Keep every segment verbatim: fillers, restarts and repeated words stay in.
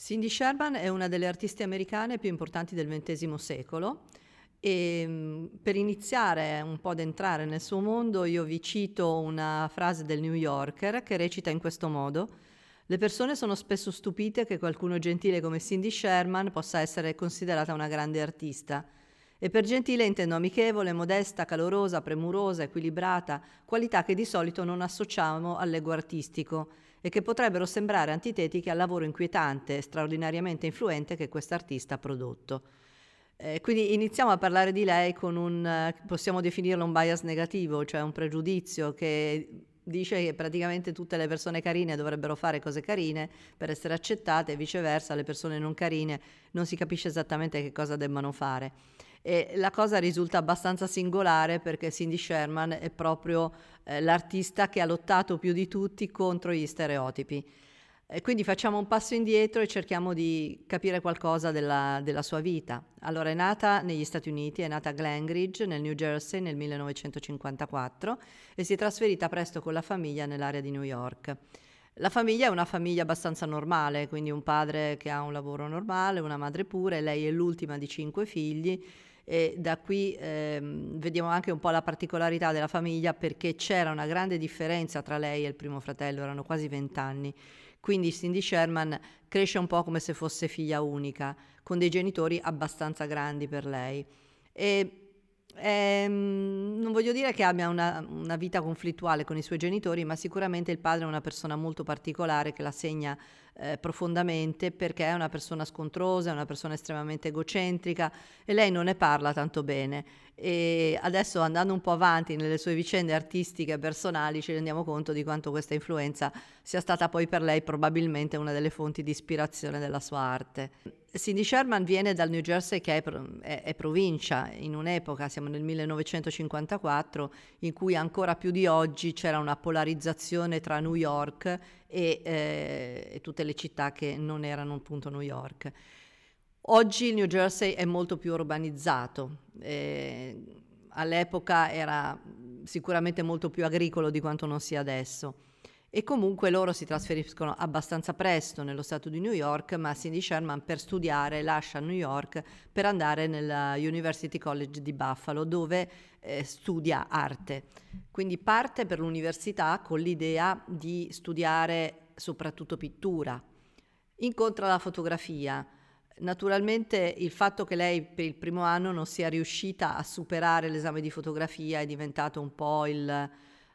Cindy Sherman è una delle artiste americane più importanti del ventesimo secolo e mh, per iniziare un po' ad entrare nel suo mondo io vi cito una frase del New Yorker che recita in questo modo: le persone sono spesso stupite che qualcuno gentile come Cindy Sherman possa essere considerata una grande artista. E per gentile intendo amichevole, modesta, calorosa, premurosa, equilibrata, qualità che di solito non associamo all'ego artistico e che potrebbero sembrare antitetiche al lavoro inquietante e straordinariamente influente che quest'artista ha prodotto. Eh, quindi iniziamo a parlare di lei con un, eh, possiamo definirlo un bias negativo, cioè un pregiudizio che dice che praticamente tutte le persone carine dovrebbero fare cose carine per essere accettate e viceversa le persone non carine non si capisce esattamente che cosa debbano fare. E la cosa risulta abbastanza singolare perché Cindy Sherman è proprio eh, l'artista che ha lottato più di tutti contro gli stereotipi. E quindi facciamo un passo indietro e cerchiamo di capire qualcosa della, della sua vita. Allora è nata negli Stati Uniti, è nata a Glenridge nel New Jersey nel millenovecentocinquantaquattro e si è trasferita presto con la famiglia nell'area di New York. La famiglia è una famiglia abbastanza normale, quindi un padre che ha un lavoro normale, una madre pure, lei è l'ultima di cinque figli e da qui ehm, vediamo anche un po' la particolarità della famiglia perché c'era una grande differenza tra lei e il primo fratello, erano quasi vent'anni. Quindi Cindy Sherman cresce un po' come se fosse figlia unica, con dei genitori abbastanza grandi per lei. E ehm, non voglio dire che abbia una, una vita conflittuale con i suoi genitori, ma sicuramente il padre è una persona molto particolare che la segna eh, profondamente perché è una persona scontrosa, è una persona estremamente egocentrica e lei non ne parla tanto bene. E adesso andando un po' avanti nelle sue vicende artistiche e personali ci rendiamo conto di quanto questa influenza sia stata poi per lei probabilmente una delle fonti di ispirazione della sua arte. Cindy Sherman viene dal New Jersey che è, è, è provincia in un'epoca, siamo nel millenovecentocinquantaquattro, in cui ancora più di oggi c'era una polarizzazione tra New York e, eh, e tutte le città che non erano appunto New York. Oggi il New Jersey è molto più urbanizzato, eh, all'epoca era sicuramente molto più agricolo di quanto non sia adesso. E comunque loro si trasferiscono abbastanza presto nello stato di New York, ma Cindy Sherman per studiare lascia New York per andare nella University College di Buffalo dove eh, studia arte. Quindi parte per l'università con l'idea di studiare soprattutto pittura. Incontra la fotografia. Naturalmente il fatto che lei per il primo anno non sia riuscita a superare l'esame di fotografia è diventato un po' il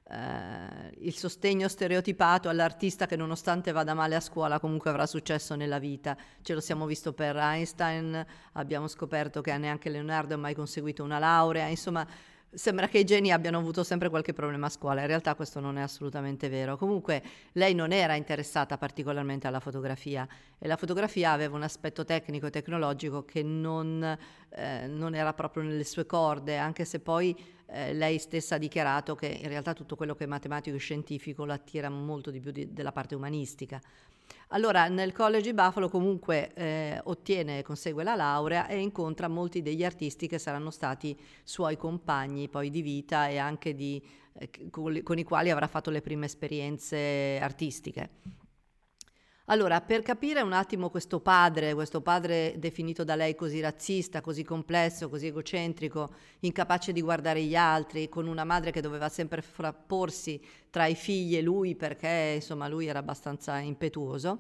eh, il sostegno stereotipato all'artista che nonostante vada male a scuola comunque avrà successo nella vita. Ce lo siamo visto per Einstein, abbiamo scoperto che neanche Leonardo ha mai conseguito una laurea, insomma sembra che i geni abbiano avuto sempre qualche problema a scuola, in realtà questo non è assolutamente vero. Comunque lei non era interessata particolarmente alla fotografia e la fotografia aveva un aspetto tecnico e tecnologico che non, eh, non era proprio nelle sue corde, anche se poi eh, lei stessa ha dichiarato che in realtà tutto quello che è matematico e scientifico la attira molto di più di, della parte umanistica. Allora, nel College di Buffalo comunque eh, ottiene e consegue la laurea e incontra molti degli artisti che saranno stati suoi compagni poi di vita e anche di, eh, con, con i quali avrà fatto le prime esperienze artistiche. Allora, per capire un attimo questo padre, questo padre definito da lei così razzista, così complesso, così egocentrico, incapace di guardare gli altri, con una madre che doveva sempre frapporsi tra i figli e lui perché insomma lui era abbastanza impetuoso.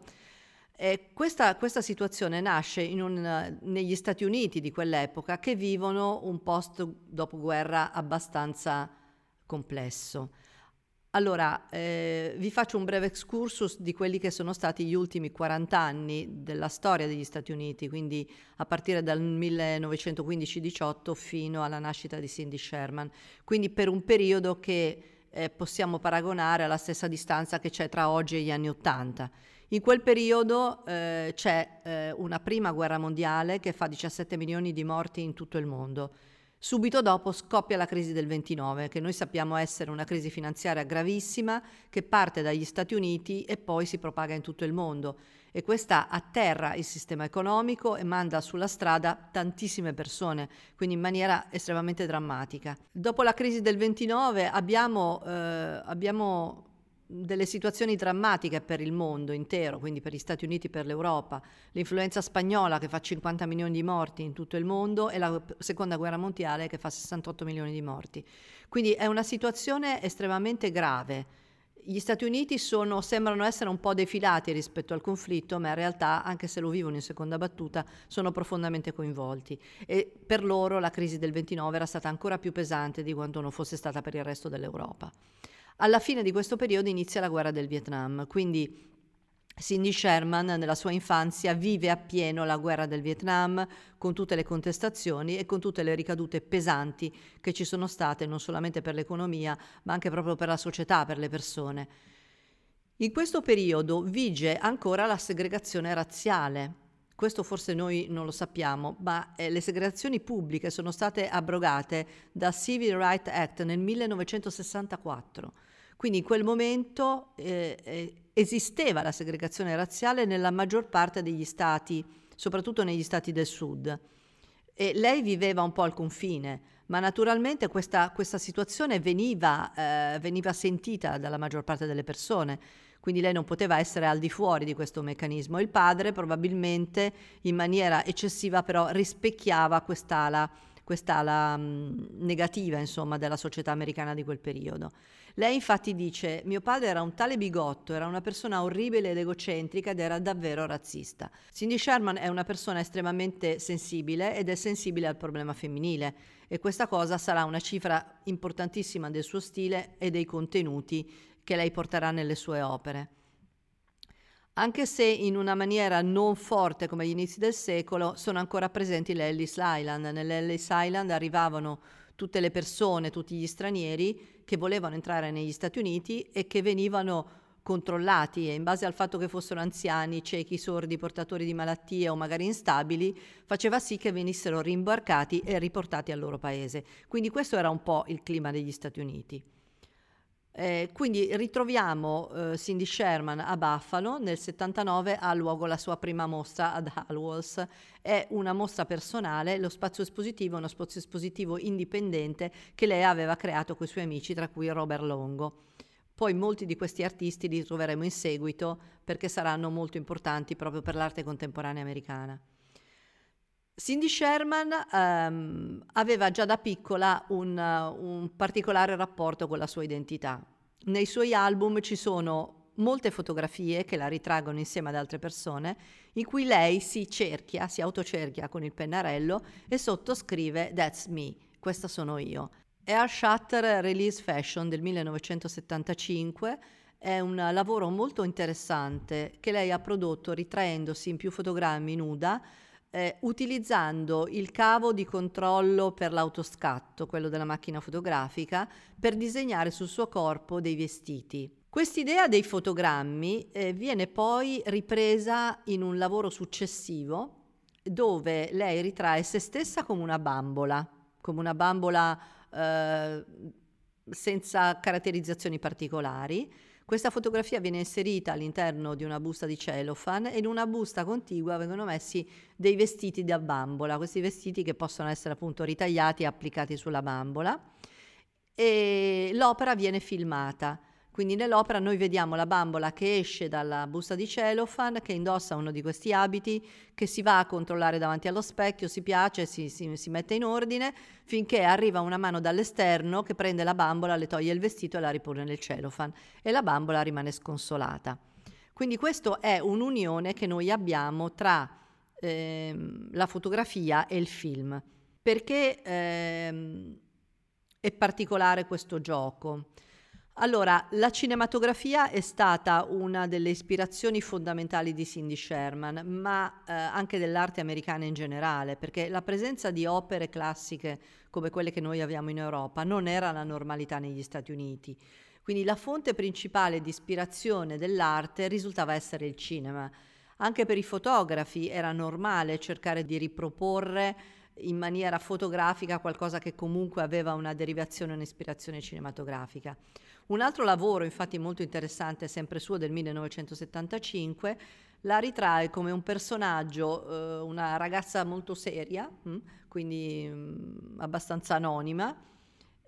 E questa, questa situazione nasce in un, negli Stati Uniti di quell'epoca che vivono un post dopoguerra abbastanza complesso. Allora, eh, vi faccio un breve excursus di quelli che sono stati gli ultimi quaranta anni della storia degli Stati Uniti, quindi a partire dal millenovecentoquindici diciotto fino alla nascita di Cindy Sherman, quindi per un periodo che eh, possiamo paragonare alla stessa distanza che c'è tra oggi e gli anni Ottanta. In quel periodo eh, c'è eh, una prima guerra mondiale che fa diciassette milioni di morti in tutto il mondo. Subito dopo scoppia la crisi del ventinove, che noi sappiamo essere una crisi finanziaria gravissima che parte dagli Stati Uniti e poi si propaga in tutto il mondo. E questa atterra il sistema economico e manda sulla strada tantissime persone, quindi in maniera estremamente drammatica. Dopo la crisi del ventinove abbiamo, eh, abbiamo delle situazioni drammatiche per il mondo intero, quindi per gli Stati Uniti e per l'Europa, l'influenza spagnola che fa cinquanta milioni di morti in tutto il mondo e la seconda guerra mondiale che fa sessantotto milioni di morti. Quindi è una situazione estremamente grave. Gli Stati Uniti sono, sembrano essere un po' defilati rispetto al conflitto, ma in realtà, anche se lo vivono in seconda battuta, sono profondamente coinvolti. E per loro la crisi del ventinove era stata ancora più pesante di quanto non fosse stata per il resto dell'Europa. Alla fine di questo periodo inizia la guerra del Vietnam, quindi Cindy Sherman nella sua infanzia vive appieno la guerra del Vietnam con tutte le contestazioni e con tutte le ricadute pesanti che ci sono state non solamente per l'economia ma anche proprio per la società, per le persone. In questo periodo vige ancora la segregazione razziale. Questo forse noi non lo sappiamo, ma eh, le segregazioni pubbliche sono state abrogate da Civil Rights Act nel millenovecentosessantaquattro. Quindi in quel momento eh, eh, esisteva la segregazione razziale nella maggior parte degli stati, soprattutto negli stati del sud. E lei viveva un po' al confine, ma naturalmente questa, questa situazione veniva, eh, veniva sentita dalla maggior parte delle persone, quindi lei non poteva essere al di fuori di questo meccanismo. Il padre probabilmente in maniera eccessiva però rispecchiava quest'ala, quest'ala mh, negativa, insomma, della società americana di quel periodo. Lei infatti dice: mio padre era un tale bigotto, era una persona orribile ed egocentrica ed era davvero razzista. Cindy Sherman è una persona estremamente sensibile ed è sensibile al problema femminile e questa cosa sarà una cifra importantissima del suo stile e dei contenuti che lei porterà nelle sue opere. Anche se in una maniera non forte come agli inizi del secolo, sono ancora presenti le Ellis Island. Nelle Ellis Island arrivavano tutte le persone, tutti gli stranieri che volevano entrare negli Stati Uniti e che venivano controllati e in base al fatto che fossero anziani, ciechi, sordi, portatori di malattie o magari instabili, faceva sì che venissero rimbarcati e riportati al loro paese. Quindi questo era un po' il clima degli Stati Uniti. Eh, quindi ritroviamo eh, Cindy Sherman a Buffalo, nel settantanove ha luogo la sua prima mostra ad Hallwalls. È una mostra personale, lo spazio espositivo è uno spazio espositivo indipendente che lei aveva creato con i suoi amici, tra cui Robert Longo. Poi molti di questi artisti li troveremo in seguito perché saranno molto importanti proprio per l'arte contemporanea americana. Cindy Sherman ehm, aveva già da piccola un, uh, un particolare rapporto con la sua identità. Nei suoi album ci sono molte fotografie che la ritraggono insieme ad altre persone in cui lei si cerchia, si autocerchia con il pennarello e sottoscrive "That's me", questa sono io. Air Shutter Release Fashion del millenovecentosettantacinque è un lavoro molto interessante che lei ha prodotto ritraendosi in più fotogrammi nuda, Eh, utilizzando il cavo di controllo per l'autoscatto, quello della macchina fotografica, per disegnare sul suo corpo dei vestiti. Quest'idea dei fotogrammi eh, viene poi ripresa in un lavoro successivo dove lei ritrae se stessa come una bambola, come una bambola eh, senza caratterizzazioni particolari. Questa fotografia viene inserita all'interno di una busta di cellophane e in una busta contigua vengono messi dei vestiti da bambola, questi vestiti che possono essere appunto ritagliati e applicati sulla bambola, e l'opera viene filmata. Quindi nell'opera noi vediamo la bambola che esce dalla busta di cellophane, che indossa uno di questi abiti, che si va a controllare davanti allo specchio, si piace, si, si, si mette in ordine, finché arriva una mano dall'esterno che prende la bambola, le toglie il vestito e la ripone nel cellophane e la bambola rimane sconsolata. Quindi questo è un'unione che noi abbiamo tra ehm, la fotografia e il film. Perché ehm, è particolare questo gioco? Allora, la cinematografia è stata una delle ispirazioni fondamentali di Cindy Sherman, ma eh, anche dell'arte americana in generale, perché la presenza di opere classiche come quelle che noi abbiamo in Europa non era la normalità negli Stati Uniti. Quindi la fonte principale di ispirazione dell'arte risultava essere il cinema. Anche per i fotografi era normale cercare di riproporre in maniera fotografica qualcosa che comunque aveva una derivazione, un'ispirazione cinematografica. Un altro lavoro, infatti molto interessante, sempre suo del millenovecentosettantacinque, la ritrae come un personaggio, eh, una ragazza molto seria, mh, quindi mh, abbastanza anonima,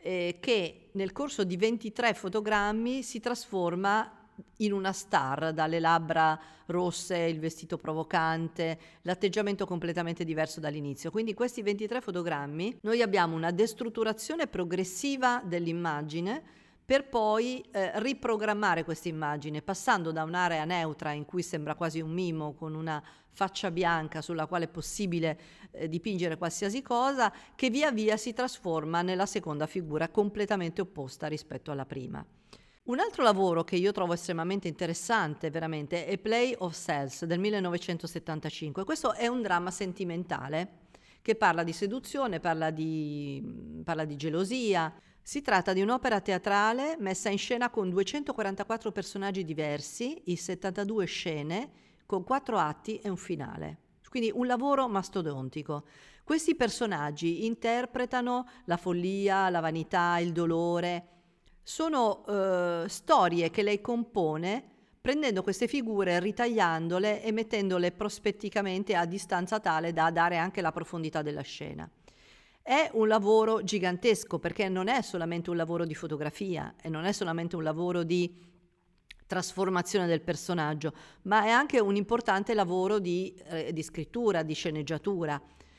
eh, che nel corso di ventitré fotogrammi si trasforma in una star, dalle labbra rosse, il vestito provocante, l'atteggiamento completamente diverso dall'inizio. Quindi in questi ventitré fotogrammi noi abbiamo una destrutturazione progressiva dell'immagine per poi eh, riprogrammare questa immagine, passando da un'area neutra in cui sembra quasi un mimo con una faccia bianca sulla quale è possibile eh, dipingere qualsiasi cosa, che via via si trasforma nella seconda figura completamente opposta rispetto alla prima. Un altro lavoro che io trovo estremamente interessante, veramente, è Play of Cells del millenovecentosettantacinque. Questo è un dramma sentimentale che parla di seduzione, parla di, parla di gelosia. Si tratta di un'opera teatrale messa in scena con duecentoquarantaquattro personaggi diversi, in settantadue scene, con quattro atti e un finale. Quindi un lavoro mastodontico. Questi personaggi interpretano la follia, la vanità, il dolore. Sono eh, storie che lei compone prendendo queste figure, ritagliandole e mettendole prospetticamente a distanza tale da dare anche la profondità della scena. È un lavoro gigantesco perché non è solamente un lavoro di fotografia e non è solamente un lavoro di trasformazione del personaggio, ma è anche un importante lavoro di, eh, di scrittura, di sceneggiatura.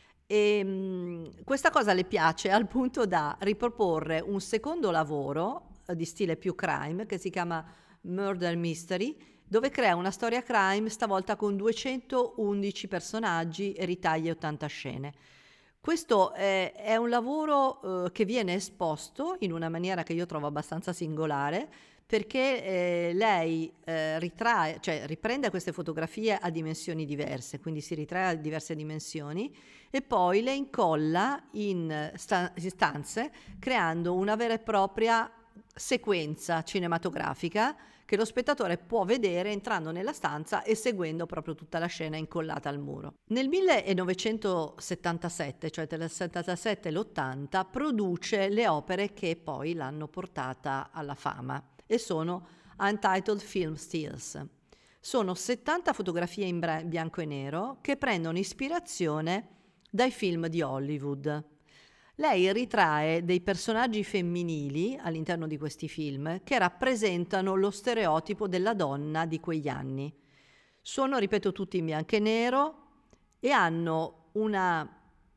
E mh, questa cosa le piace al punto da riproporre un secondo lavoro di stile più crime che si chiama Murder Mystery, dove crea una storia crime stavolta con duecentoundici personaggi e ritagli ottanta scene. Questo è, è un lavoro eh, che viene esposto in una maniera che io trovo abbastanza singolare, perché eh, lei eh, ritrae, cioè riprende queste fotografie a dimensioni diverse, quindi si ritrae a diverse dimensioni e poi le incolla in sta- stanze, creando una vera e propria sequenza cinematografica che lo spettatore può vedere entrando nella stanza e seguendo proprio tutta la scena incollata al muro. Nel millenovecentosettantasette, cioè tra il settantasette e l'ottanta, produce le opere che poi l'hanno portata alla fama e sono Untitled Film Stills. Sono settanta fotografie in bra- bianco e nero che prendono ispirazione dai film di Hollywood. Lei ritrae dei personaggi femminili all'interno di questi film che rappresentano lo stereotipo della donna di quegli anni. Sono, ripeto, tutti in bianco e nero e hanno una,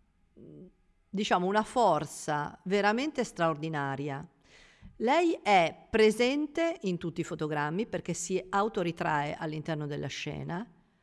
diciamo, una forza veramente straordinaria. Lei è presente in tutti i fotogrammi perché si autoritrae all'interno della scena,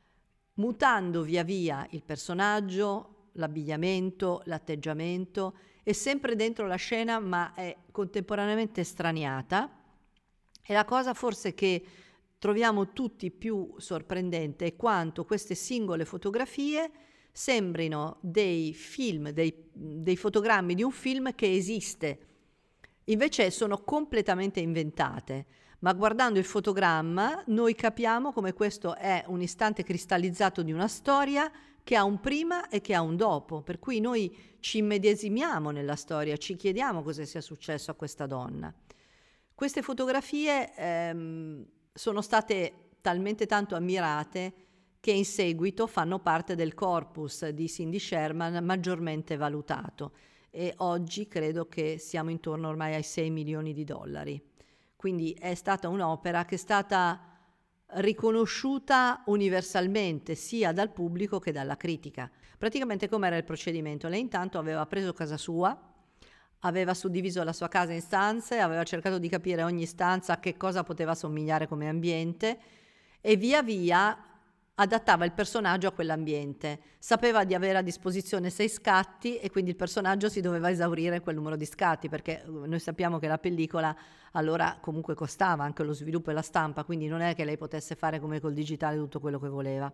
mutando via via il personaggio, l'abbigliamento, l'atteggiamento, è sempre dentro la scena ma è contemporaneamente straniata. E la cosa forse che troviamo tutti più sorprendente è quanto queste singole fotografie sembrino dei film, dei, dei fotogrammi di un film che esiste. Invece sono completamente inventate, ma guardando il fotogramma noi capiamo come questo è un istante cristallizzato di una storia che ha un prima e che ha un dopo, per cui noi ci immedesimiamo nella storia, ci chiediamo cosa sia successo a questa donna. Queste fotografie ehm, sono state talmente tanto ammirate che in seguito fanno parte del corpus di Cindy Sherman maggiormente valutato e oggi credo che siamo intorno ormai ai sei milioni di dollari. Quindi è stata un'opera che è stata riconosciuta universalmente sia dal pubblico che dalla critica. Praticamente com'era il procedimento? Lei intanto aveva preso casa sua, aveva suddiviso la sua casa in stanze, aveva cercato di capire ogni stanza a che cosa poteva somigliare come ambiente e via via adattava il personaggio a quell'ambiente. Sapeva di avere a disposizione sei scatti e quindi il personaggio si doveva esaurire quel numero di scatti, perché noi sappiamo che la pellicola allora comunque costava anche lo sviluppo e la stampa, quindi non è che lei potesse fare come col digitale tutto quello che voleva.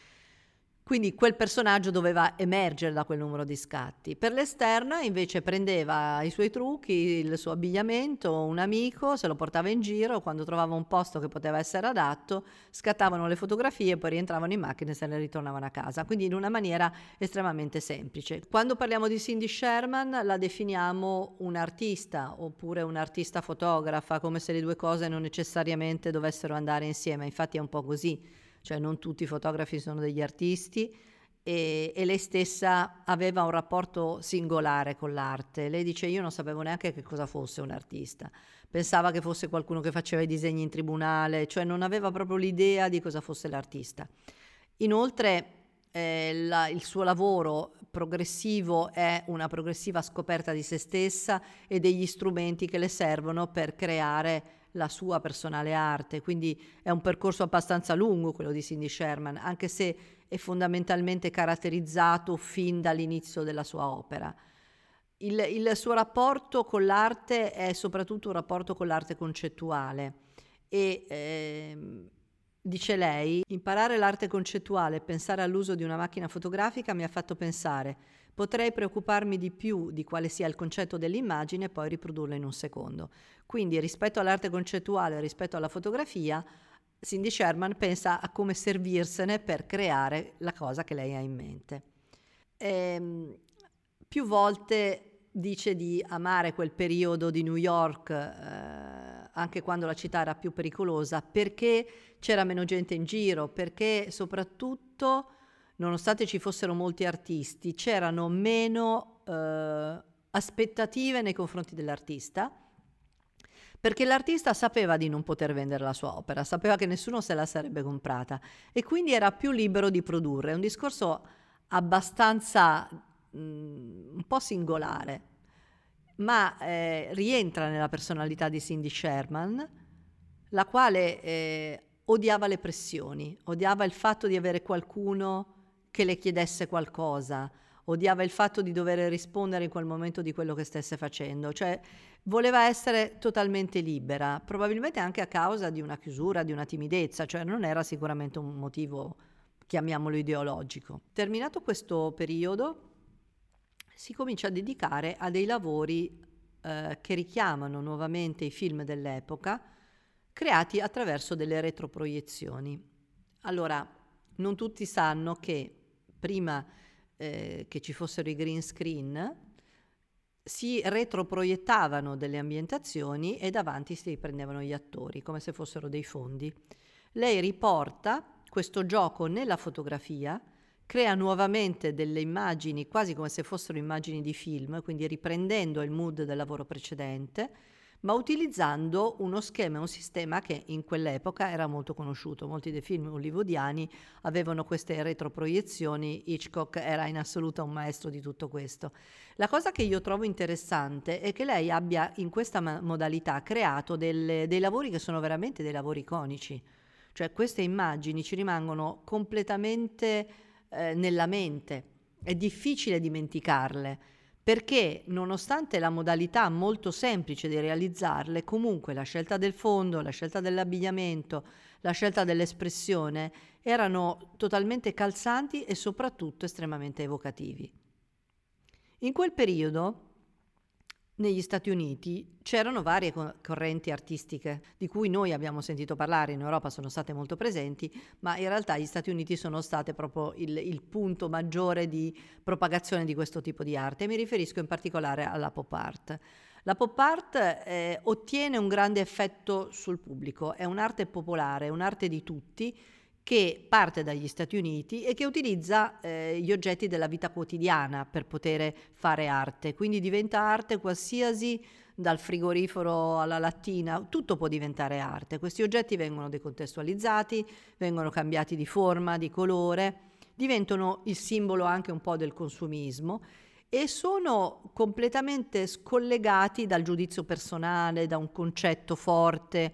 Quindi quel personaggio doveva emergere da quel numero di scatti. Per l'esterna invece prendeva i suoi trucchi, il suo abbigliamento, un amico, se lo portava in giro, quando trovava un posto che poteva essere adatto, scattavano le fotografie, poi rientravano in macchina e se ne ritornavano a casa, quindi in una maniera estremamente semplice. Quando parliamo di Cindy Sherman la definiamo un'artista oppure un'artista fotografa, come se le due cose non necessariamente dovessero andare insieme, infatti è un po' così. Cioè non tutti i fotografi sono degli artisti e, e lei stessa aveva un rapporto singolare con l'arte. Lei dice: io non sapevo neanche che cosa fosse un artista, pensava che fosse qualcuno che faceva i disegni in tribunale, cioè non aveva proprio l'idea di cosa fosse l'artista. Inoltre eh, la, il suo lavoro progressivo è una progressiva scoperta di se stessa e degli strumenti che le servono per creare la sua personale arte, quindi è un percorso abbastanza lungo quello di Cindy Sherman, anche se è fondamentalmente caratterizzato fin dall'inizio della sua opera. Il, il suo rapporto con l'arte è soprattutto un rapporto con l'arte concettuale e ehm, dice lei: imparare l'arte concettuale e pensare all'uso di una macchina fotografica mi ha fatto pensare, potrei preoccuparmi di più di quale sia il concetto dell'immagine e poi riprodurla in un secondo. Quindi rispetto all'arte concettuale, rispetto alla fotografia, Cindy Sherman pensa a come servirsene per creare la cosa che lei ha in mente. Ehm, più volte dice di amare quel periodo di New York, eh, anche quando la città era più pericolosa, perché c'era meno gente in giro, perché soprattutto, nonostante ci fossero molti artisti, c'erano meno eh, aspettative nei confronti dell'artista, perché l'artista sapeva di non poter vendere la sua opera, sapeva che nessuno se la sarebbe comprata e quindi era più libero di produrre. È un discorso abbastanza mh, un po' singolare, ma eh, rientra nella personalità di Cindy Sherman, la quale eh, odiava le pressioni, odiava il fatto di avere qualcuno che le chiedesse qualcosa, odiava il fatto di dover rispondere in quel momento di quello che stesse facendo, cioè voleva essere totalmente libera, probabilmente anche a causa di una chiusura, di una timidezza, cioè non era sicuramente un motivo, chiamiamolo ideologico. Terminato questo periodo, si comincia a dedicare a dei lavori eh, che richiamano nuovamente i film dell'epoca, creati attraverso delle retroproiezioni. Allora, non tutti sanno che prima eh, che ci fossero i green screen, si retroproiettavano delle ambientazioni e davanti si riprendevano gli attori, come se fossero dei fondi. Lei riporta questo gioco nella fotografia, crea nuovamente delle immagini quasi come se fossero immagini di film, quindi riprendendo il mood del lavoro precedente, ma utilizzando uno schema e un sistema che in quell'epoca era molto conosciuto. Molti dei film hollywoodiani avevano queste retroproiezioni, Hitchcock era in assoluto un maestro di tutto questo. La cosa che io trovo interessante è che lei abbia in questa ma- modalità creato delle, dei lavori che sono veramente dei lavori iconici, cioè queste immagini ci rimangono completamente eh, nella mente, è difficile dimenticarle, perché nonostante la modalità molto semplice di realizzarle, comunque la scelta del fondo, la scelta dell'abbigliamento, la scelta dell'espressione erano totalmente calzanti e soprattutto estremamente evocativi. In quel periodo, negli Stati Uniti, c'erano varie co- correnti artistiche di cui noi abbiamo sentito parlare, in Europa sono state molto presenti, ma in realtà gli Stati Uniti sono state proprio il, il punto maggiore di propagazione di questo tipo di arte. Mi riferisco in particolare alla pop art. La pop art eh, ottiene un grande effetto sul pubblico, è un'arte popolare, è un'arte di tutti, che parte dagli Stati Uniti e che utilizza eh, gli oggetti della vita quotidiana per poter fare arte. Quindi diventa arte qualsiasi, dal frigorifero alla lattina, tutto può diventare arte. Questi oggetti vengono decontestualizzati, vengono cambiati di forma, di colore, diventano il simbolo anche un po' del consumismo e sono completamente scollegati dal giudizio personale, da un concetto forte.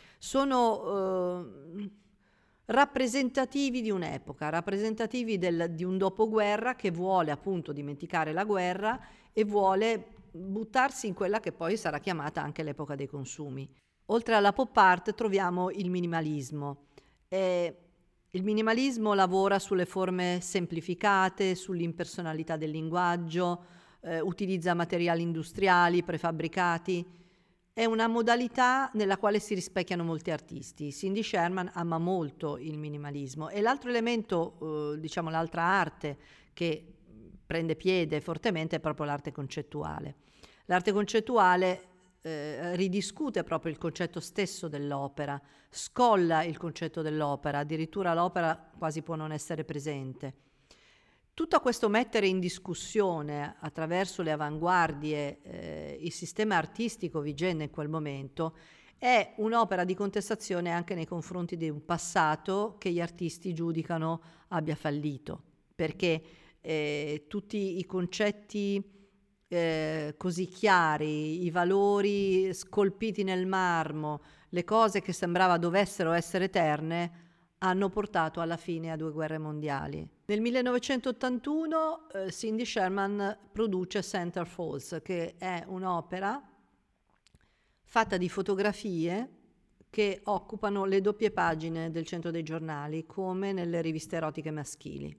Sono eh, rappresentativi di un'epoca, rappresentativi del, di un dopoguerra che vuole appunto dimenticare la guerra e vuole buttarsi in quella che poi sarà chiamata anche l'epoca dei consumi. Oltre alla pop art troviamo il minimalismo. Eh, il minimalismo lavora sulle forme semplificate, sull'impersonalità del linguaggio, eh, utilizza materiali industriali, prefabbricati. È una modalità nella quale si rispecchiano molti artisti. Cindy Sherman ama molto il minimalismo e l'altro elemento, eh, diciamo l'altra arte che prende piede fortemente è proprio l'arte concettuale. L'arte concettuale eh, ridiscute proprio il concetto stesso dell'opera, scolla il concetto dell'opera, addirittura l'opera quasi può non essere presente. Tutto questo mettere in discussione attraverso le avanguardie eh, il sistema artistico vigente in quel momento è un'opera di contestazione anche nei confronti di un passato che gli artisti giudicano abbia fallito, perché eh, tutti i concetti eh, così chiari, i valori scolpiti nel marmo, le cose che sembrava dovessero essere eterne, hanno portato alla fine a due guerre mondiali. Nel millenovecentottantuno eh, Cindy Sherman produce Center Falls, che è un'opera fatta di fotografie che occupano le doppie pagine del centro dei giornali, come nelle riviste erotiche maschili.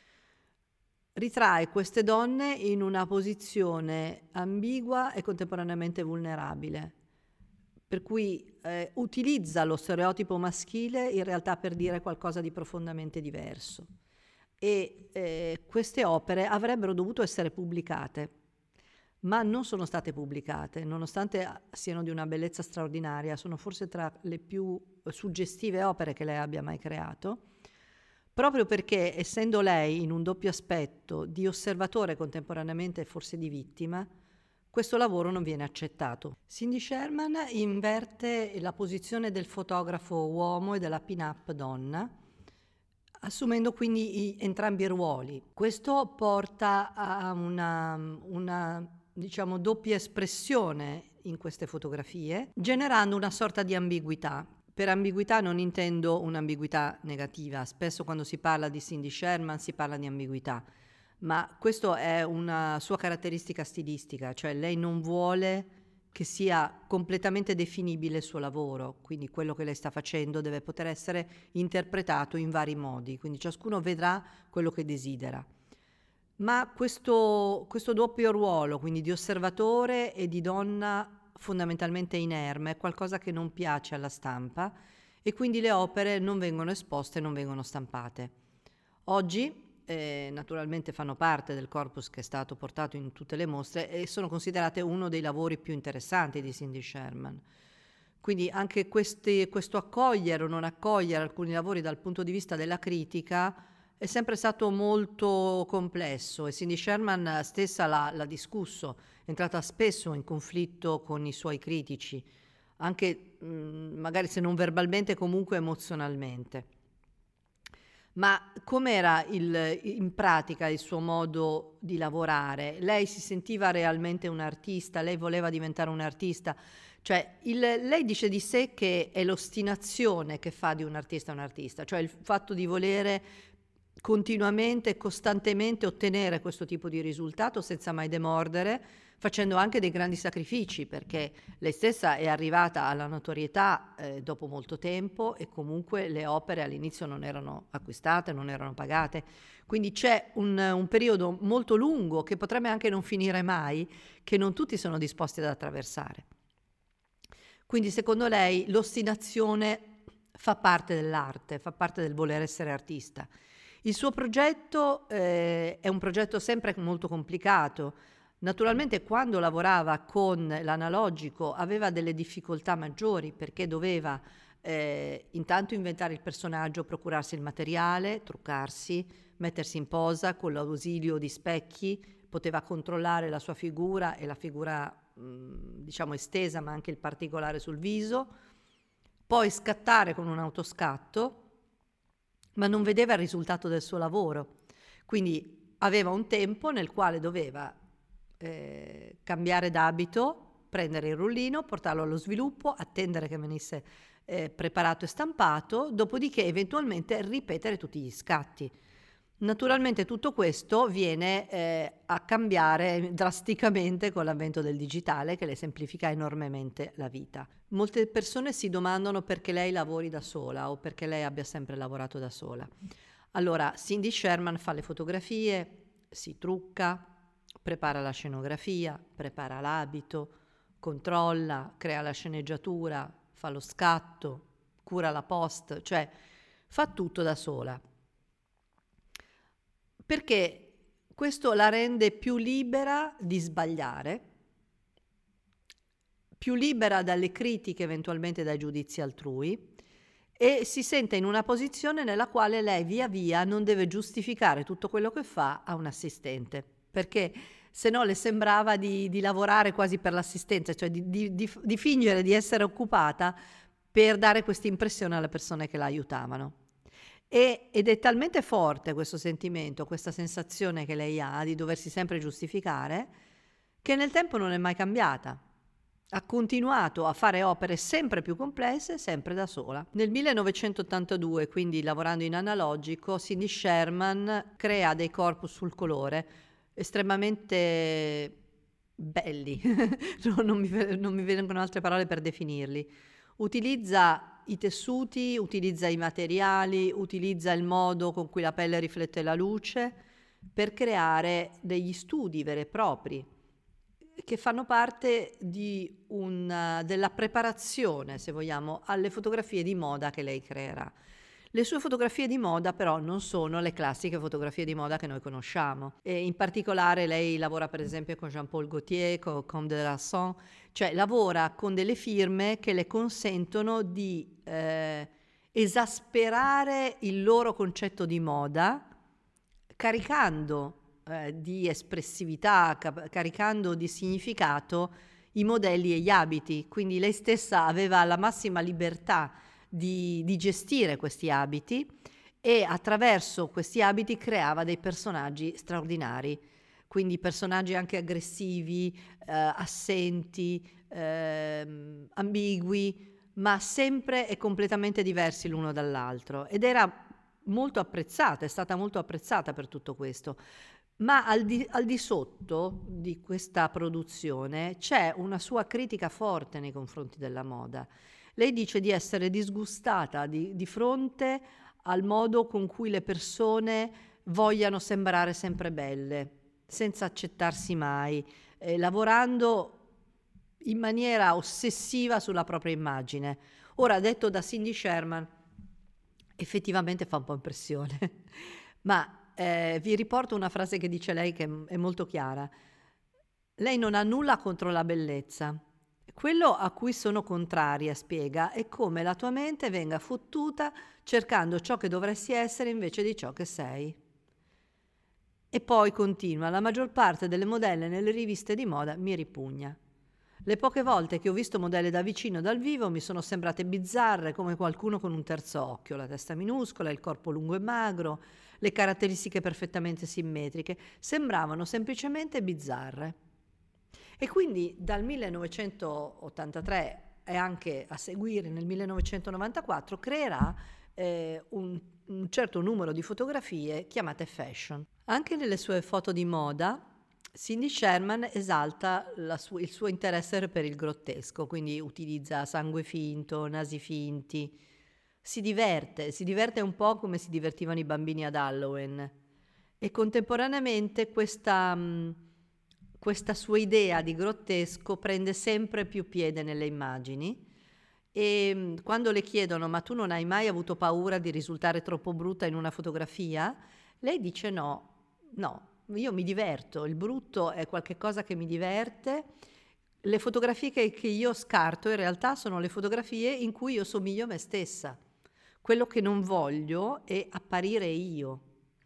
Ritrae queste donne in una posizione ambigua e contemporaneamente vulnerabile, per cui eh, utilizza lo stereotipo maschile in realtà per dire qualcosa di profondamente diverso. E eh, queste opere avrebbero dovuto essere pubblicate, ma non sono state pubblicate, nonostante siano di una bellezza straordinaria. Sono forse tra le più suggestive opere che lei abbia mai creato, proprio perché, essendo lei in un doppio aspetto di osservatore contemporaneamente e forse di vittima, questo lavoro non viene accettato. Cindy Sherman inverte la posizione del fotografo uomo e della pin-up donna, assumendo quindi i, entrambi i ruoli. Questo porta a una, una diciamo, doppia espressione in queste fotografie, generando una sorta di ambiguità. Per ambiguità non intendo un'ambiguità negativa, spesso quando si parla di Cindy Sherman si parla di ambiguità, ma questa è una sua caratteristica stilistica, cioè lei non vuole che sia completamente definibile il suo lavoro, quindi quello che lei sta facendo deve poter essere interpretato in vari modi, quindi ciascuno vedrà quello che desidera. Ma questo, questo doppio ruolo, quindi di osservatore e di donna fondamentalmente inerme, è qualcosa che non piace alla stampa e quindi le opere non vengono esposte, non vengono stampate. Oggi eh, naturalmente fanno parte del corpus che è stato portato in tutte le mostre e sono considerate uno dei lavori più interessanti di Cindy Sherman. Quindi anche questi, questo accogliere o non accogliere alcuni lavori dal punto di vista della critica è sempre stato molto complesso e Cindy Sherman stessa l'ha, l'ha discusso, è entrata spesso in conflitto con i suoi critici, anche mh, magari se non verbalmente comunque emozionalmente. Ma com'era il, in pratica il suo modo di lavorare? Lei si sentiva realmente un artista? Lei voleva diventare un artista? Cioè, il, lei dice di sé che è l'ostinazione che fa di un artista un artista, cioè il fatto di volere continuamente e costantemente ottenere questo tipo di risultato senza mai demordere, facendo anche dei grandi sacrifici, perché lei stessa è arrivata alla notorietà eh, dopo molto tempo e comunque le opere all'inizio non erano acquistate, non erano pagate. Quindi c'è un, un periodo molto lungo che potrebbe anche non finire mai, che non tutti sono disposti ad attraversare. Quindi secondo lei l'ostinazione fa parte dell'arte, fa parte del voler essere artista. Il suo progetto eh, è un progetto sempre molto complicato. Naturalmente quando lavorava con l'analogico aveva delle difficoltà maggiori perché doveva eh, intanto inventare il personaggio, procurarsi il materiale, truccarsi, mettersi in posa con l'ausilio di specchi, poteva controllare la sua figura e la figura mh, diciamo estesa ma anche il particolare sul viso, poi scattare con un autoscatto, ma non vedeva il risultato del suo lavoro, quindi aveva un tempo nel quale doveva eh, cambiare d'abito, prendere il rullino, portarlo allo sviluppo, attendere che venisse eh, preparato e stampato, dopodiché eventualmente ripetere tutti gli scatti. Naturalmente tutto questo viene eh, a cambiare drasticamente con l'avvento del digitale che le semplifica enormemente la vita. Molte persone si domandano perché lei lavori da sola o perché lei abbia sempre lavorato da sola. Allora, Cindy Sherman fa le fotografie, si trucca, prepara la scenografia, prepara l'abito, controlla, crea la sceneggiatura, fa lo scatto, cura la post, cioè fa tutto da sola. Perché questo la rende più libera di sbagliare, più libera dalle critiche, eventualmente dai giudizi altrui, e si sente in una posizione nella quale lei via via non deve giustificare tutto quello che fa a un assistente, perché se no le sembrava di, di lavorare quasi per l'assistenza, cioè di, di, di, di fingere di essere occupata per dare questa impressione alle persone che la aiutavano. E, ed è talmente forte questo sentimento, questa sensazione che lei ha di doversi sempre giustificare, che nel tempo non è mai cambiata. Ha continuato a fare opere sempre più complesse, sempre da sola. Nel millenovecentottantadue, quindi lavorando in analogico, Cindy Sherman crea dei corpus sul colore estremamente belli, no, non, mi, non mi vengono altre parole per definirli. Utilizza i tessuti, utilizza i materiali, utilizza il modo con cui la pelle riflette la luce per creare degli studi veri e propri che fanno parte di una, della preparazione, se vogliamo, alle fotografie di moda che lei creerà. Le sue fotografie di moda però non sono le classiche fotografie di moda che noi conosciamo. E in particolare lei lavora per esempio con Jean-Paul Gaultier, con Comme des Garçons, cioè lavora con delle firme che le consentono di eh, esasperare il loro concetto di moda, caricando eh, di espressività, cap- caricando di significato i modelli e gli abiti. Quindi lei stessa aveva la massima libertà di, di gestire questi abiti e attraverso questi abiti creava dei personaggi straordinari, quindi personaggi anche aggressivi, eh, assenti, eh, ambigui, ma sempre e completamente diversi l'uno dall'altro, ed era molto apprezzata, è stata molto apprezzata per tutto questo. Ma al di, al di sotto di questa produzione c'è una sua critica forte nei confronti della moda. Lei dice di essere disgustata di, di fronte al modo con cui le persone vogliano sembrare sempre belle, senza accettarsi mai, eh, lavorando in maniera ossessiva sulla propria immagine. Ora, detto da Cindy Sherman, effettivamente fa un po' impressione, ma eh, vi riporto una frase che dice lei che è molto chiara. Lei non ha nulla contro la bellezza. Quello a cui sono contraria, spiega, è come la tua mente venga fottuta cercando ciò che dovresti essere invece di ciò che sei. E poi continua, la maggior parte delle modelle nelle riviste di moda mi ripugna. Le poche volte che ho visto modelle da vicino dal vivo mi sono sembrate bizzarre, come qualcuno con un terzo occhio, la testa minuscola, il corpo lungo e magro, le caratteristiche perfettamente simmetriche, sembravano semplicemente bizzarre. E quindi dal millenovecentottantatré e anche a seguire nel millenovecentonovantaquattro creerà eh, un, un certo numero di fotografie chiamate fashion. Anche nelle sue foto di moda Cindy Sherman esalta la su- il suo interesse per il grottesco, quindi utilizza sangue finto, nasi finti, si diverte, si diverte un po' come si divertivano i bambini ad Halloween, e contemporaneamente questa, mh, questa sua idea di grottesco prende sempre più piede nelle immagini. E mh, quando le chiedono ma tu non hai mai avuto paura di risultare troppo brutta in una fotografia? Lei dice no, no. Io mi diverto, il brutto è qualcosa che mi diverte. Le fotografie che, che io scarto in realtà sono le fotografie in cui io somiglio a me stessa. Quello che non voglio è apparire io,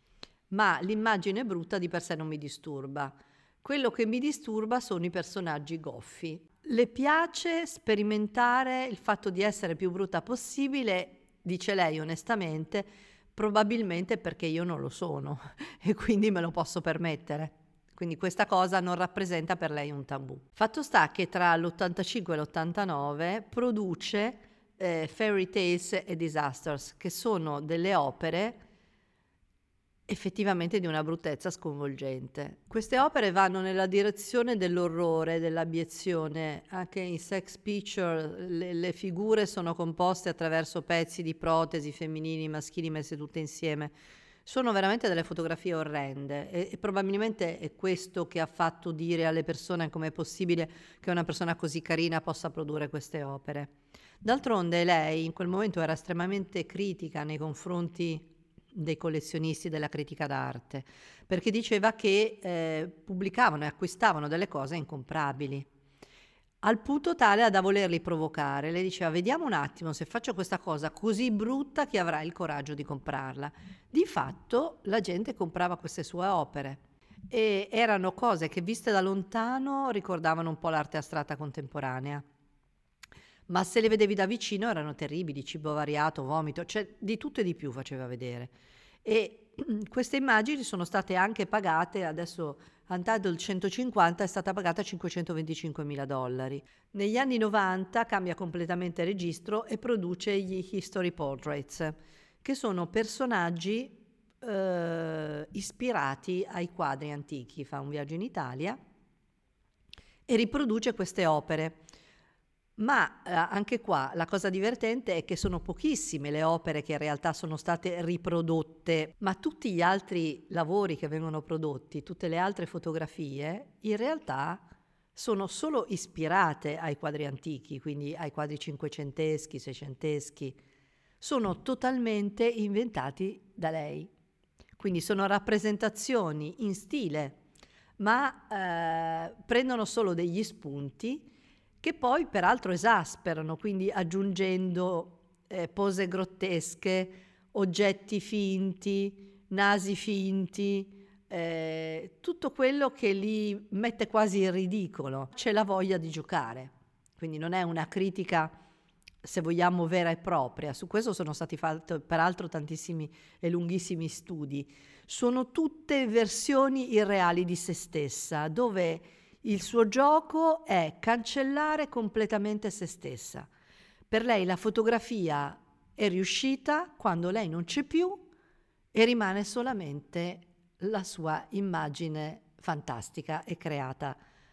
ma l'immagine brutta di per sé non mi disturba. Quello che mi disturba sono i personaggi goffi. Le piace sperimentare il fatto di essere più brutta possibile, dice lei onestamente, probabilmente perché io non lo sono e quindi me lo posso permettere. Quindi questa cosa non rappresenta per lei un tabù. Fatto sta che tra l'ottantacinque e l'ottantanove produce eh, Fairy Tales e Disasters, che sono delle opere effettivamente di una bruttezza sconvolgente. Queste opere vanno nella direzione dell'orrore, dell'abiezione. Anche in Sex Picture le, le figure sono composte attraverso pezzi di protesi femminili, maschili messe tutte insieme. Sono veramente delle fotografie orrende e, e probabilmente è questo che ha fatto dire alle persone come è possibile che una persona così carina possa produrre queste opere. D'altronde lei in quel momento era estremamente critica nei confronti dei collezionisti della critica d'arte, perché diceva che eh, pubblicavano e acquistavano delle cose incomprabili. al punto tale da volerli provocare. Lei diceva: vediamo un attimo se faccio questa cosa così brutta, chi avrà il coraggio di comprarla. Di fatto la gente comprava queste sue opere e erano cose che viste da lontano ricordavano un po' l'arte astratta contemporanea, ma se le vedevi da vicino erano terribili, cibo variato, vomito, cioè di tutto e di più faceva vedere. E queste immagini sono state anche pagate, adesso Untitled centocinquanta è stata pagata cinquecentoventicinquemila dollari. Negli anni novanta cambia completamente registro e produce gli History Portraits, che sono personaggi eh, ispirati ai quadri antichi. Fa un viaggio in Italia e riproduce queste opere. Ma eh, anche qua la cosa divertente è che sono pochissime le opere che in realtà sono state riprodotte, ma tutti gli altri lavori che vengono prodotti, tutte le altre fotografie, in realtà sono solo ispirate ai quadri antichi, quindi ai quadri cinquecenteschi, seicenteschi, sono totalmente inventati da lei. Quindi sono rappresentazioni in stile, ma eh, prendono solo degli spunti che poi peraltro esasperano, quindi aggiungendo eh, pose grottesche, oggetti finti, nasi finti, eh, tutto quello che li mette quasi in ridicolo. C'è la voglia di giocare, quindi non è una critica, se vogliamo, vera e propria. Su questo sono stati fatti peraltro tantissimi e lunghissimi studi. Sono tutte versioni irreali di se stessa, dove il suo gioco è cancellare completamente se stessa. Per lei la fotografia è riuscita quando lei non c'è più e rimane solamente la sua immagine fantastica e creata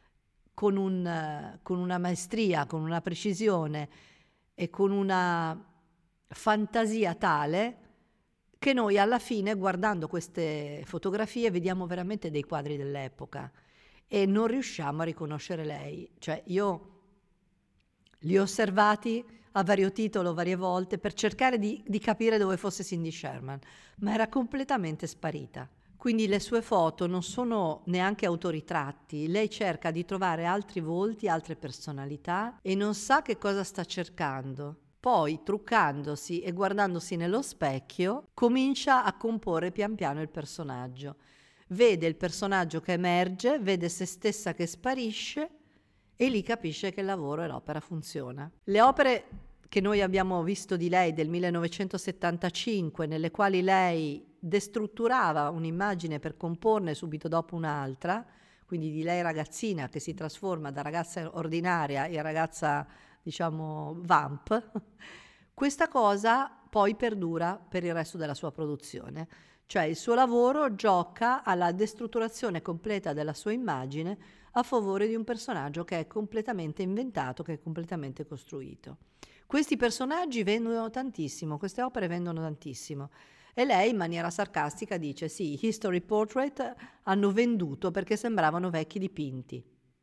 con, un, con una maestria, con una precisione e con una fantasia tale che noi alla fine, guardando queste fotografie, vediamo veramente dei quadri dell'epoca e non riusciamo a riconoscere lei. Cioè io li ho osservati a vario titolo varie volte per cercare di, di capire dove fosse Cindy Sherman, ma era completamente sparita. Quindi le sue foto non sono neanche autoritratti, lei cerca di trovare altri volti, altre personalità e non sa che cosa sta cercando. Poi, truccandosi e guardandosi nello specchio, comincia a comporre pian piano il personaggio. Vede il personaggio che emerge, vede se stessa che sparisce e lì capisce che il lavoro e l'opera funziona. Le opere che noi abbiamo visto di lei del millenovecentosettantacinque, nelle quali lei destrutturava un'immagine per comporne subito dopo un'altra, quindi di lei ragazzina che si trasforma da ragazza ordinaria in ragazza, diciamo, vamp, questa cosa poi perdura per il resto della sua produzione. Cioè il suo lavoro gioca alla destrutturazione completa della sua immagine a favore di un personaggio che è completamente inventato, che è completamente costruito. Questi personaggi vendono tantissimo, queste opere vendono tantissimo. E lei in maniera sarcastica dice: sì, i History Portrait hanno venduto perché sembravano vecchi dipinti.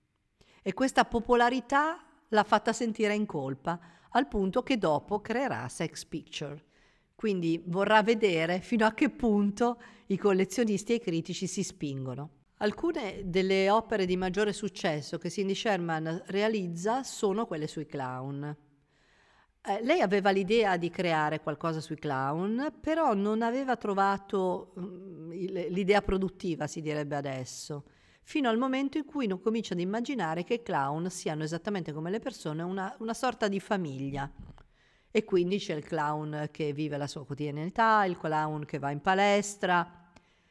E questa popolarità l'ha fatta sentire in colpa, al punto che dopo creerà Sex Picture. Quindi vorrà vedere fino a che punto i collezionisti e i critici si spingono. Alcune delle opere di maggiore successo che Cindy Sherman realizza sono quelle sui clown. Eh, lei aveva l'idea di creare qualcosa sui clown, però non aveva trovato mm, l'idea produttiva, si direbbe adesso, fino al momento in cui non comincia ad immaginare che i clown siano esattamente come le persone, una, una sorta di famiglia. E quindi c'è il clown che vive la sua quotidianità, il clown che va in palestra.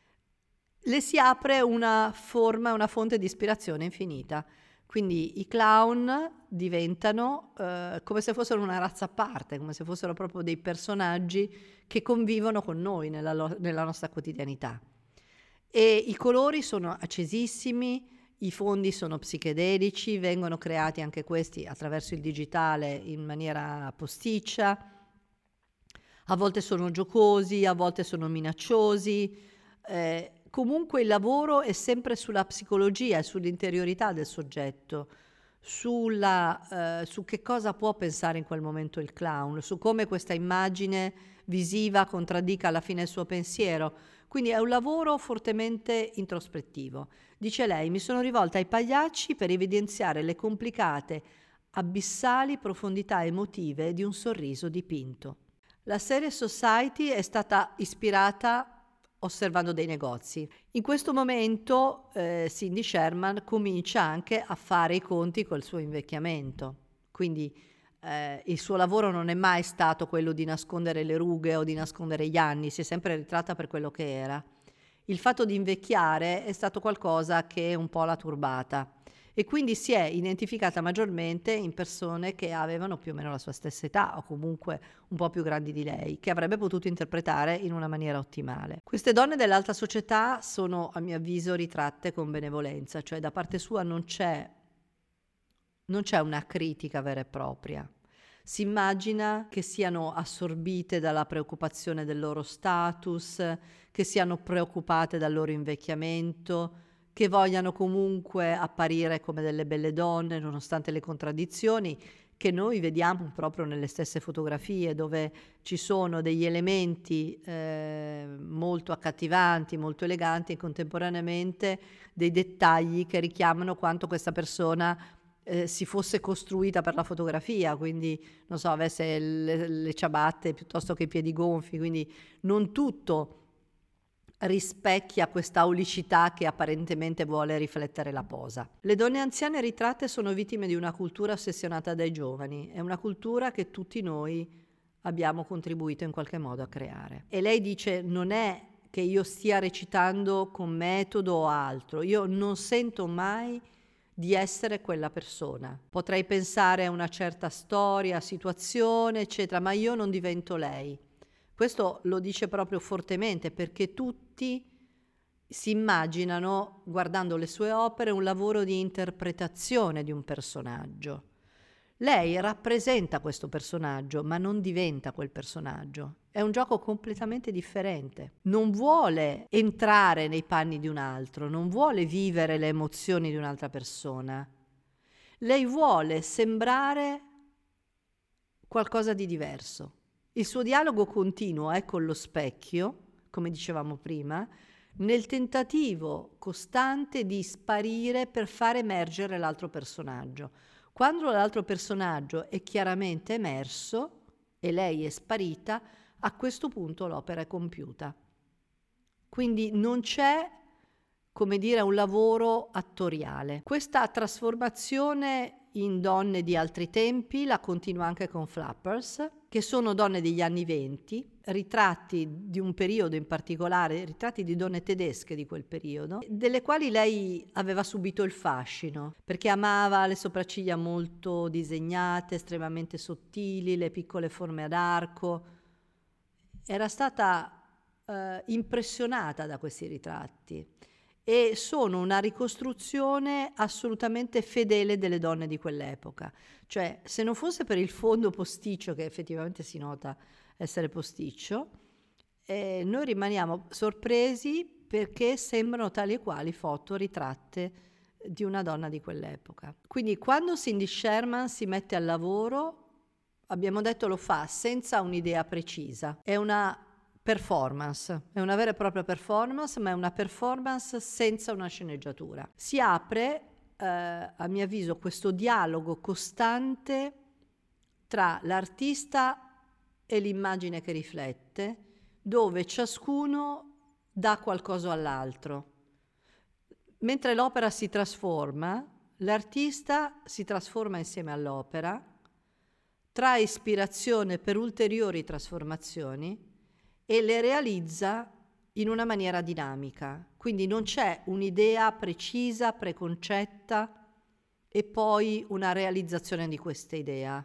Le si apre una forma, una fonte di ispirazione infinita. Quindi i clown diventano eh, come se fossero una razza a parte, come se fossero proprio dei personaggi che convivono con noi nella, lo- nella nostra quotidianità. E i colori sono accesissimi, i fondi sono psichedelici, vengono creati anche questi attraverso il digitale in maniera posticcia, a volte sono giocosi, a volte sono minacciosi, eh, comunque il lavoro è sempre sulla psicologia e sull'interiorità del soggetto, sulla, eh, su che cosa può pensare in quel momento il clown, su come questa immagine visiva contraddica alla fine il suo pensiero. Quindi è un lavoro fortemente introspettivo. Dice lei: mi sono rivolta ai pagliacci per evidenziare le complicate, abissali profondità emotive di un sorriso dipinto. La serie Society è stata ispirata osservando dei negozi. In questo momento eh, Cindy Sherman comincia anche a fare i conti col suo invecchiamento. Quindi eh, il suo lavoro non è mai stato quello di nascondere le rughe o di nascondere gli anni, si è sempre ritratta per quello che era. Il fatto di invecchiare è stato qualcosa che un po' l'ha turbata e quindi si è identificata maggiormente in persone che avevano più o meno la sua stessa età o comunque un po' più grandi di lei, che avrebbe potuto interpretare in una maniera ottimale. Queste donne dell'alta società sono, a mio avviso, ritratte con benevolenza, cioè da parte sua non c'è, non c'è una critica vera e propria. Si immagina che siano assorbite dalla preoccupazione del loro status, che siano preoccupate dal loro invecchiamento, che vogliano comunque apparire come delle belle donne nonostante le contraddizioni che noi vediamo proprio nelle stesse fotografie, dove ci sono degli elementi eh, molto accattivanti, molto eleganti e contemporaneamente dei dettagli che richiamano quanto questa persona eh, si fosse costruita per la fotografia, quindi non so, avesse le, le ciabatte piuttosto che i piedi gonfi, quindi non tutto rispecchia questa aulicità che apparentemente vuole riflettere la posa. Le donne anziane ritratte sono vittime di una cultura ossessionata dai giovani, è una cultura che tutti noi abbiamo contribuito in qualche modo a creare. E lei dice: non è che io stia recitando con metodo o altro, io non sento mai di essere quella persona. Potrei pensare a una certa storia, situazione, eccetera, ma io non divento lei. Questo lo dice proprio fortemente perché tutti si immaginano, guardando le sue opere, un lavoro di interpretazione di un personaggio. Lei rappresenta questo personaggio, ma non diventa quel personaggio. È un gioco completamente differente. Non vuole entrare nei panni di un altro, non vuole vivere le emozioni di un'altra persona. Lei vuole sembrare qualcosa di diverso. Il suo dialogo continuo è con lo specchio, come dicevamo prima, nel tentativo costante di sparire per far emergere l'altro personaggio. Quando l'altro personaggio è chiaramente emerso e lei è sparita, a questo punto l'opera è compiuta. Quindi non c'è, come dire, un lavoro attoriale. Questa trasformazione in donne di altri tempi la continua anche con Flappers, che sono donne degli anni venti, ritratti di un periodo in particolare, ritratti di donne tedesche di quel periodo, delle quali lei aveva subito il fascino, perché amava le sopracciglia molto disegnate, estremamente sottili, le piccole forme ad arco. Era stata eh, impressionata da questi ritratti e sono una ricostruzione assolutamente fedele delle donne di quell'epoca. Cioè, se non fosse per il fondo posticcio, che effettivamente si nota essere posticcio, eh, noi rimaniamo sorpresi perché sembrano tali e quali foto ritratte di una donna di quell'epoca. Quindi quando Cindy Sherman si mette al lavoro, abbiamo detto, lo fa senza un'idea precisa. È una performance, è una vera e propria performance, ma è una performance senza una sceneggiatura. Si apre, eh, a mio avviso, questo dialogo costante tra l'artista e l'immagine che riflette, dove ciascuno dà qualcosa all'altro. Mentre l'opera si trasforma, l'artista si trasforma insieme all'opera, trae ispirazione per ulteriori trasformazioni e le realizza in una maniera dinamica. Quindi non c'è un'idea precisa, preconcetta e poi una realizzazione di questa idea,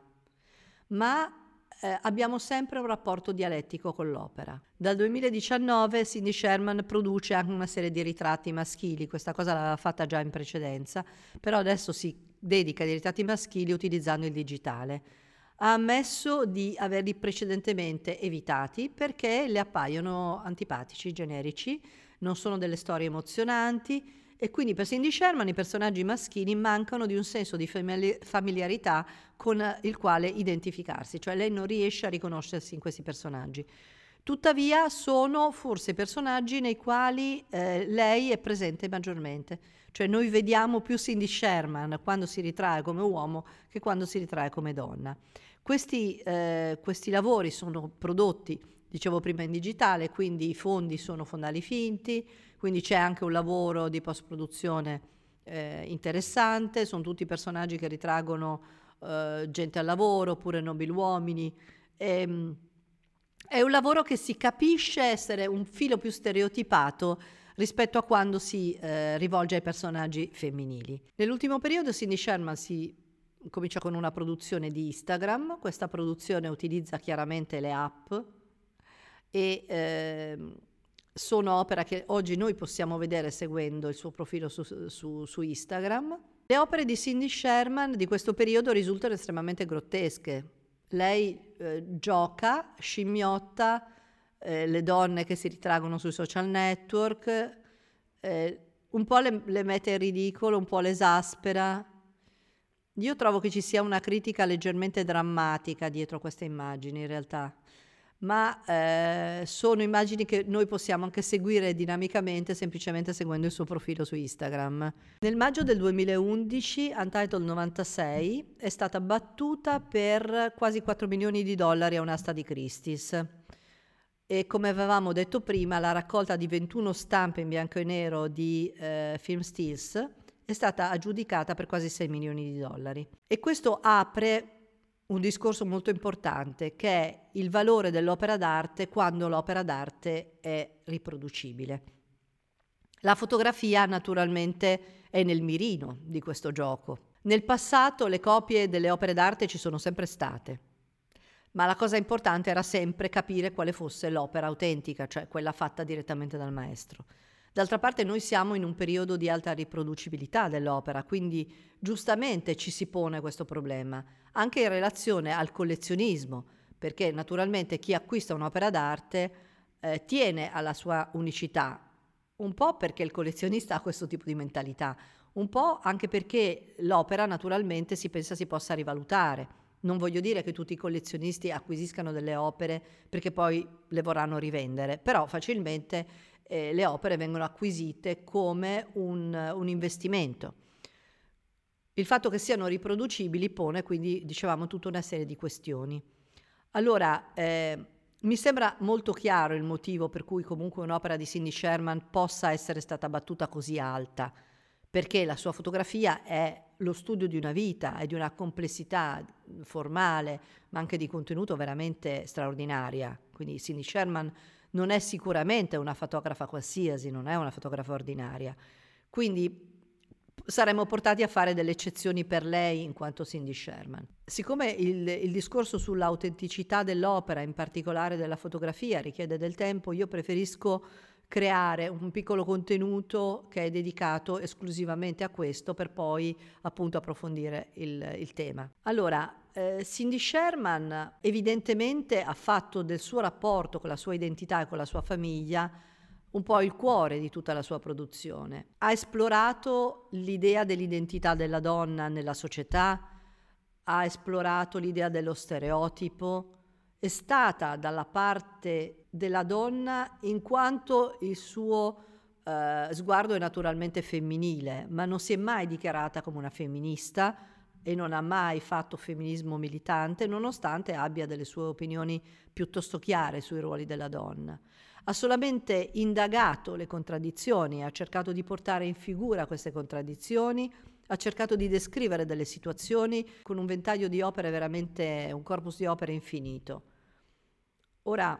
ma eh, abbiamo sempre un rapporto dialettico con l'opera. Dal duemiladiciannove Cindy Sherman produce anche una serie di ritratti maschili, questa cosa l'aveva fatta già in precedenza, però adesso si dedica ai ritratti maschili utilizzando il digitale. Ha ammesso di averli precedentemente evitati perché le appaiono antipatici, generici, non sono delle storie emozionanti e quindi per Cindy Sherman i personaggi maschili mancano di un senso di famili- familiarità con il quale identificarsi, cioè lei non riesce a riconoscersi in questi personaggi. Tuttavia sono forse i personaggi nei quali eh, lei è presente maggiormente. Cioè noi vediamo più Cindy Sherman quando si ritrae come uomo che quando si ritrae come donna. Questi, eh, questi lavori sono prodotti, dicevo prima, in digitale, quindi i fondi sono fondali finti, quindi c'è anche un lavoro di post-produzione eh, interessante, sono tutti personaggi che ritraggono eh, gente al lavoro oppure nobiluomini. E, è un lavoro che si capisce essere un filo più stereotipato rispetto a quando si eh, rivolge ai personaggi femminili. Nell'ultimo periodo Cindy Sherman si comincia con una produzione di Instagram, questa produzione utilizza chiaramente le app e eh, sono opere che oggi noi possiamo vedere seguendo il suo profilo su, su, su Instagram. Le opere di Cindy Sherman di questo periodo risultano estremamente grottesche. Lei eh, gioca, scimmiotta eh, le donne che si ritraggono sui social network, eh, un po' le, le mette in ridicolo, un po' le esaspera. Io trovo che ci sia una critica leggermente drammatica dietro queste immagini in realtà, ma eh, sono immagini che noi possiamo anche seguire dinamicamente semplicemente seguendo il suo profilo su Instagram. Nel maggio del duemilaundici Untitled novantasei è stata battuta per quasi quattro milioni di dollari a un'asta di Christie's e, come avevamo detto prima, la raccolta di ventuno stampe in bianco e nero di eh, film stills è stata aggiudicata per quasi sei milioni di dollari. E questo apre un discorso molto importante, che è il valore dell'opera d'arte quando l'opera d'arte è riproducibile. La fotografia naturalmente è nel mirino di questo gioco. Nel passato le copie delle opere d'arte ci sono sempre state, ma la cosa importante era sempre capire quale fosse l'opera autentica, cioè quella fatta direttamente dal maestro. D'altra parte noi siamo in un periodo di alta riproducibilità dell'opera, quindi giustamente ci si pone questo problema, anche in relazione al collezionismo, perché naturalmente chi acquista un'opera d'arte eh, tiene alla sua unicità, un po' perché il collezionista ha questo tipo di mentalità, un po' anche perché l'opera naturalmente si pensa si possa rivalutare. Non voglio dire che tutti i collezionisti acquisiscano delle opere perché poi le vorranno rivendere, però facilmente Eh, le opere vengono acquisite come un, un investimento. Il fatto che siano riproducibili pone quindi, dicevamo, tutta una serie di questioni. Allora, eh, mi sembra molto chiaro il motivo per cui comunque un'opera di Cindy Sherman possa essere stata battuta così alta, perché la sua fotografia è lo studio di una vita e di una complessità formale, ma anche di contenuto veramente straordinaria. Quindi Cindy Sherman non è sicuramente una fotografa qualsiasi, non è una fotografa ordinaria. Quindi saremmo portati a fare delle eccezioni per lei in quanto Cindy Sherman. Siccome il, il discorso sull'autenticità dell'opera, in particolare della fotografia, richiede del tempo, io preferisco creare un piccolo contenuto che è dedicato esclusivamente a questo per poi appunto approfondire il, il tema. Allora, eh, Cindy Sherman evidentemente ha fatto del suo rapporto con la sua identità e con la sua famiglia un po' il cuore di tutta la sua produzione. Ha esplorato l'idea dell'identità della donna nella società, ha esplorato l'idea dello stereotipo, è stata dalla parte della donna in quanto il suo eh, sguardo è naturalmente femminile, ma non si è mai dichiarata come una femminista e non ha mai fatto femminismo militante, nonostante abbia delle sue opinioni piuttosto chiare sui ruoli della donna. Ha solamente indagato le contraddizioni, ha cercato di portare in figura queste contraddizioni, ha cercato di descrivere delle situazioni con un ventaglio di opere veramente, un corpus di opere infinito. Ora,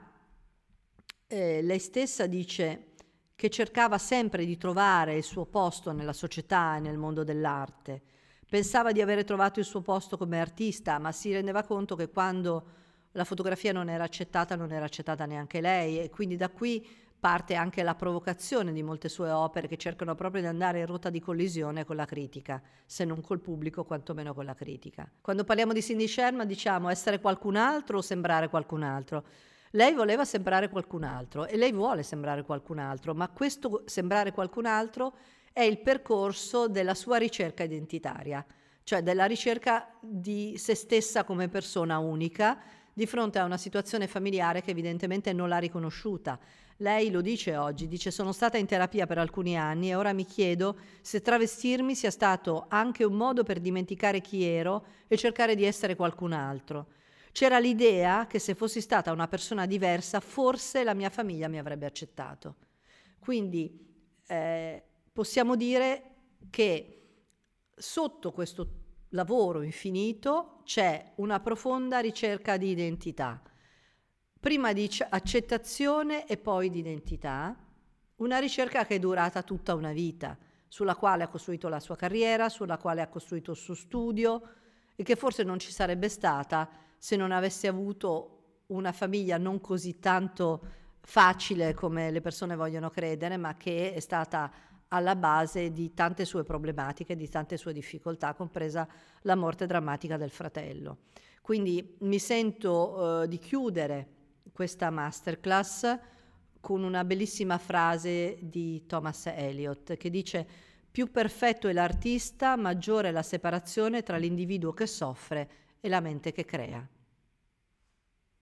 eh, lei stessa dice che cercava sempre di trovare il suo posto nella società e nel mondo dell'arte. Pensava di avere trovato il suo posto come artista, ma si rendeva conto che quando la fotografia non era accettata, non era accettata neanche lei, e quindi da qui parte anche la provocazione di molte sue opere che cercano proprio di andare in rotta di collisione con la critica, se non col pubblico, quantomeno con la critica. Quando parliamo di Cindy Sherman diciamo essere qualcun altro o sembrare qualcun altro. Lei voleva sembrare qualcun altro e lei vuole sembrare qualcun altro, ma questo sembrare qualcun altro è il percorso della sua ricerca identitaria, cioè della ricerca di se stessa come persona unica, di fronte a una situazione familiare che evidentemente non l'ha riconosciuta. Lei lo dice oggi, dice: sono stata in terapia per alcuni anni e ora mi chiedo se travestirmi sia stato anche un modo per dimenticare chi ero e cercare di essere qualcun altro. C'era l'idea che se fossi stata una persona diversa, forse la mia famiglia mi avrebbe accettato. Quindi eh, possiamo dire che sotto questo lavoro infinito c'è una profonda ricerca di identità, prima di accettazione e poi di identità, una ricerca che è durata tutta una vita, sulla quale ha costruito la sua carriera, sulla quale ha costruito il suo studio e che forse non ci sarebbe stata se non avesse avuto una famiglia non così tanto facile come le persone vogliono credere, ma che è stata alla base di tante sue problematiche, di tante sue difficoltà, compresa la morte drammatica del fratello. Quindi mi sento eh, di chiudere questa masterclass con una bellissima frase di Thomas Eliot che dice: più perfetto è l'artista, maggiore è la separazione tra l'individuo che soffre e la mente che crea.